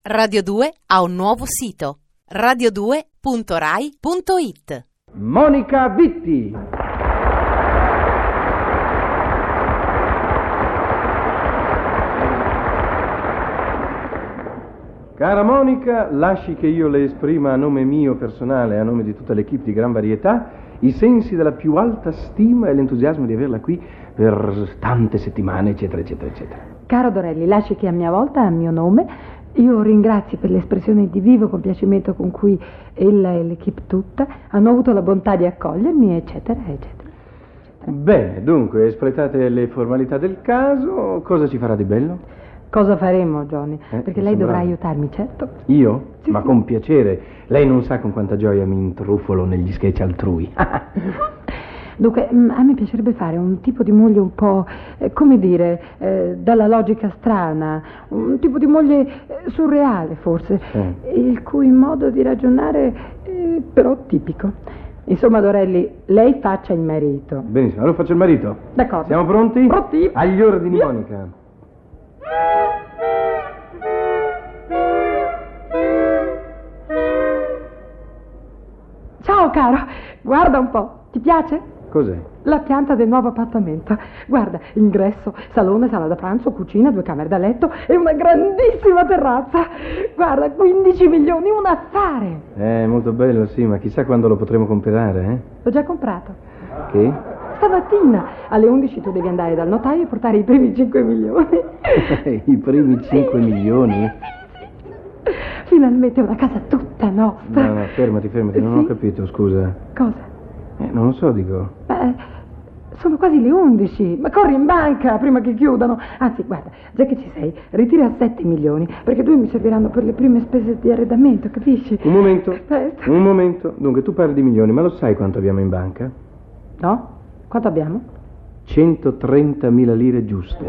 Radio 2 ha un nuovo sito, radio2.rai.it. Monica Vitti. Cara Monica, lasci che io le esprima a nome mio personale e a nome di tutta l'equipe di Gran Varietà i sensi della più alta stima e l'entusiasmo di averla qui per tante settimane, eccetera, eccetera, eccetera. Caro Dorelli, lasci che a mia volta, a mio nome, io ringrazi per l'espressione di vivo compiacimento con cui ella e l'equipe tutta hanno avuto la bontà di accogliermi, eccetera, eccetera. Bene, dunque, espletate le formalità del caso, cosa ci farà di bello? Cosa faremo, Johnny? Perché lei dovrà sembrava. aiutarmi, certo. Io? Sì, Ma sì. con piacere. Lei non sa con quanta gioia mi intruffolo negli sketch altrui. Dunque, a me piacerebbe fare un tipo di moglie un po', come dire, dalla logica strana, un tipo di moglie surreale, forse, il cui modo di ragionare è però tipico. Insomma, Dorelli, lei faccia il marito. Benissimo, allora faccio il marito. D'accordo. Siamo pronti? Pronti. Agli ordini, Monica. Ciao, caro, guarda un po', ti piace? Cos'è? La pianta del nuovo appartamento. Guarda, ingresso, salone, sala da pranzo, cucina, 2 camere da letto e una grandissima terrazza. Guarda, 15 milioni, un affare. Molto bello, sì, ma chissà quando lo potremo comprare, eh? L'ho già comprato. Che? Stamattina alle 11 tu devi andare dal notaio e portare i primi 5 milioni. I primi 5 milioni? Finalmente una casa tutta nostra. No, fermati, non ho Sì? capito, scusa. Cosa? Non lo so, dico. Beh, sono quasi le 11, ma corri in banca prima che chiudano. Anzi, guarda, già che ci sei, ritira 7 milioni, perché 2 mi serviranno per le prime spese di arredamento, capisci? Un momento. Presto. Un momento. Dunque, tu parli di milioni, ma lo sai quanto abbiamo in banca? No? Quanto abbiamo? 130.000 lire giuste.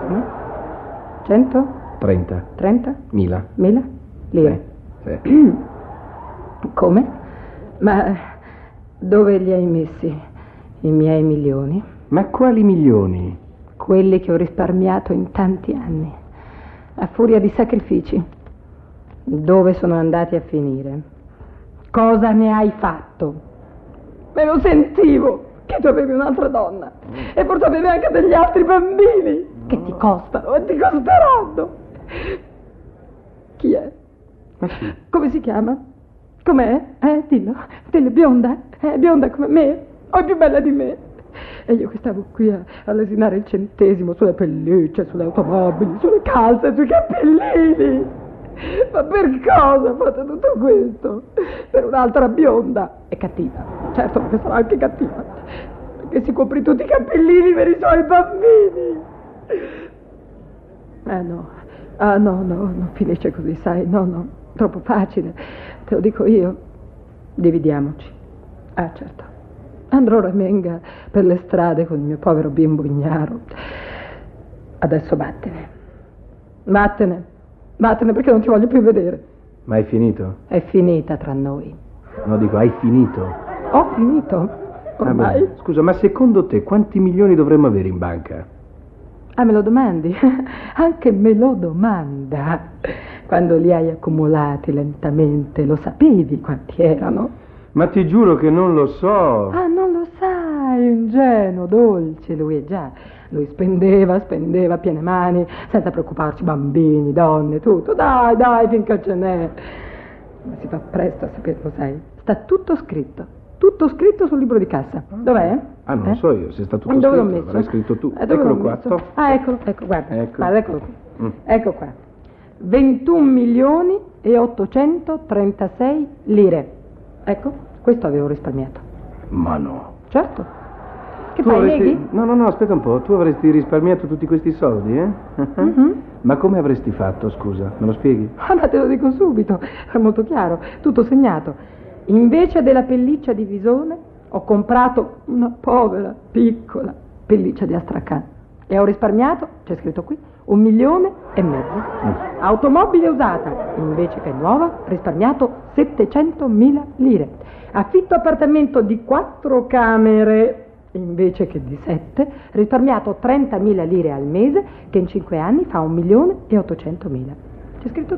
100? 30. 30? Mila. 1000? Lire. Sì. Come? Ma dove li hai messi i miei milioni? Ma quali milioni? Quelli che ho risparmiato in tanti anni, a furia di sacrifici. Dove sono andati a finire? Cosa ne hai fatto? Me lo sentivo che tu avevi un'altra donna e forse avevi anche degli altri bambini che ti costano e ti costeranno. Chi è? Ma sì. Come si chiama? Com'è? Dillo. Dillo, bionda? Bionda come me? O è più bella di me? E io che stavo qui a lesinare il centesimo sulle pellicce, sulle automobili, sulle calze, sui cappellini. Ma per cosa fate tutto questo? Per un'altra bionda e cattiva. Certo, perché sarà anche cattiva. Perché si copri tutti i cappellini per i suoi bambini. No. No, non finisce così, sai. No, troppo facile. Te lo dico io. Dividiamoci. Certo. Andrò ramenga per le strade con il mio povero bimbo ignaro. Adesso vattene perché non ti voglio più vedere. Ma hai finito? È finita tra noi. No, dico, hai finito? Ho finito ormai. Beh, scusa, ma secondo te quanti milioni dovremmo avere in banca? Me lo domandi? Anche me lo domanda. Quando li hai accumulati lentamente, lo sapevi quanti erano? Ma ti giuro che non lo so. Non lo sai, ingenuo, dolce, lui è già. Lui spendeva a piene mani, senza preoccuparci, bambini, donne, tutto. Dai, finché ce n'è. Ma si fa presto a saperlo, sai. Sta tutto scritto sul libro di cassa. Dov'è? Non lo so io, se sta tutto Dove l'ho scritto, messo? l'hai scritto tu. Dove Eccolo l'ho qua. messo? Eccolo, guarda. Ecco. Guarda, eccolo qui. Ecco qua. 21 milioni e 836 lire. Ecco, questo avevo risparmiato. Ma no. Certo. Che Tu fai, avresti... neghi? No, aspetta un po'. Tu avresti risparmiato tutti questi soldi, eh? Ma come avresti fatto, scusa? Me lo spieghi? Ma te lo dico subito, è molto chiaro, tutto segnato. Invece della pelliccia di visone, ho comprato una povera, piccola pelliccia di Astrachan. E ho risparmiato, c'è scritto qui, 1,5 milioni. Automobile usata, invece che nuova, risparmiato 700.000 lire. Affitto appartamento di 4 camere, invece che di 7, risparmiato 30.000 lire al mese, che in 5 anni fa 1.800.000. C'è scritto tutto.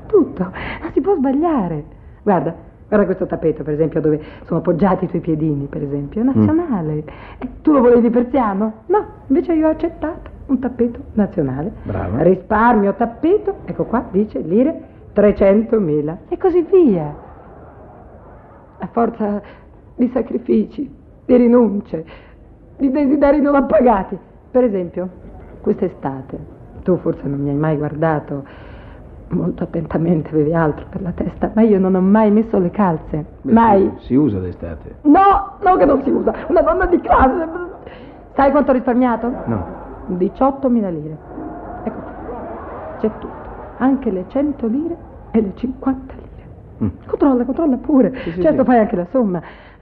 tutto, non si può sbagliare. Guarda questo tappeto, per esempio, dove sono appoggiati i tuoi piedini, per esempio, è nazionale. Tu lo volevi persiano? No, invece io ho accettato un tappeto nazionale. Brava. Risparmio tappeto, ecco qua, dice lire 300.000 e così via. A forza di sacrifici, di rinunce, di desideri non appagati. Per esempio, quest'estate, tu forse non mi hai mai guardato molto attentamente, avevi altro per la testa, ma io non ho mai messo le calze. Beh, mai. Si usa d'estate. No, che non si usa. Una donna di classe. Sai quanto ho risparmiato? No. 18.000 lire. Ecco, c'è tutto. Anche le 100 lire e le 50 lire. Controlla pure. Sì, certo, sì. Fai anche la somma.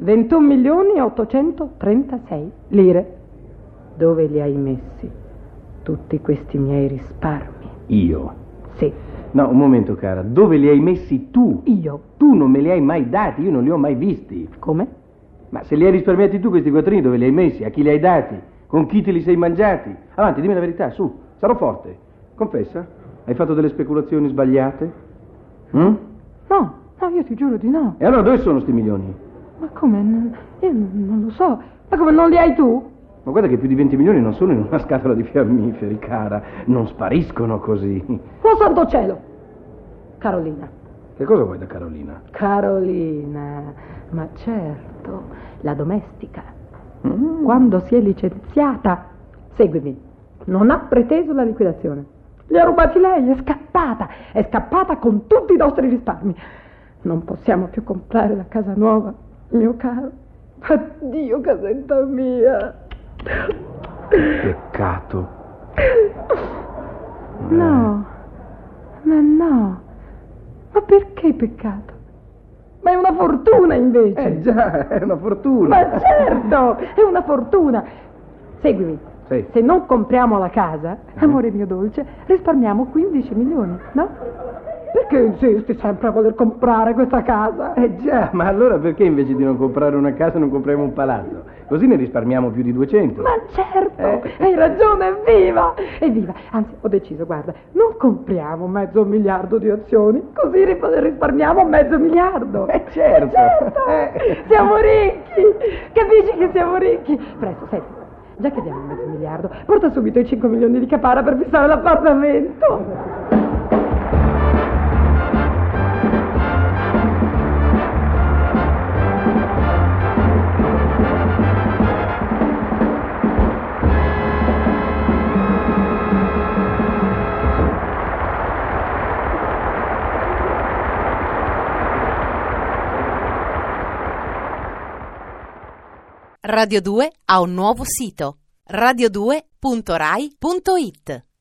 21.836 lire. Dove li hai messi tutti questi miei risparmi? Io? Sì, No, un momento, cara. Dove li hai messi tu? io. Tu non me li hai mai dati, io non li ho mai visti. Come? Ma se li hai risparmiati tu questi quattrini, dove li hai messi? A chi li hai dati? Con chi te li sei mangiati? Avanti, dimmi la verità, su. Sarò forte. Confessa. Hai fatto delle speculazioni sbagliate? No, io ti giuro di no. E allora dove sono sti milioni? Ma come? Io non lo so. Ma come, non li hai tu? Ma guarda che più di 20 milioni non sono in una scatola di fiammiferi, cara. Non spariscono così. Oh santo cielo! Carolina. Che cosa vuoi da Carolina? Carolina. Ma certo, la domestica. Quando si è licenziata, seguimi, non ha preteso la liquidazione. Li ha rubati lei, è scappata con tutti i nostri risparmi. Non possiamo più comprare la casa nuova, mio caro. Addio, casetta mia. Peccato. No, ma perché peccato? Ma è una fortuna invece. Già, è una fortuna. Ma certo, è una fortuna. Seguimi. Sì. Se non compriamo la casa, amore mio dolce, risparmiamo 15 milioni, no? Perché insisti sempre a voler comprare questa casa? Già, ma allora perché invece di non comprare una casa non compriamo un palazzo? Così ne risparmiamo più di 200. Ma certo, hai ragione, evviva! Anzi, ho deciso, guarda, non compriamo 500 miliardi di azioni, così risparmiamo 500 miliardi. Certo. Siamo ricchi, capisci che siamo ricchi? Presto, senti, già che abbiamo 500 miliardi, porta subito i 5 milioni di capara per fissare l'appartamento. Radio 2 ha un nuovo sito: radio2.rai.it.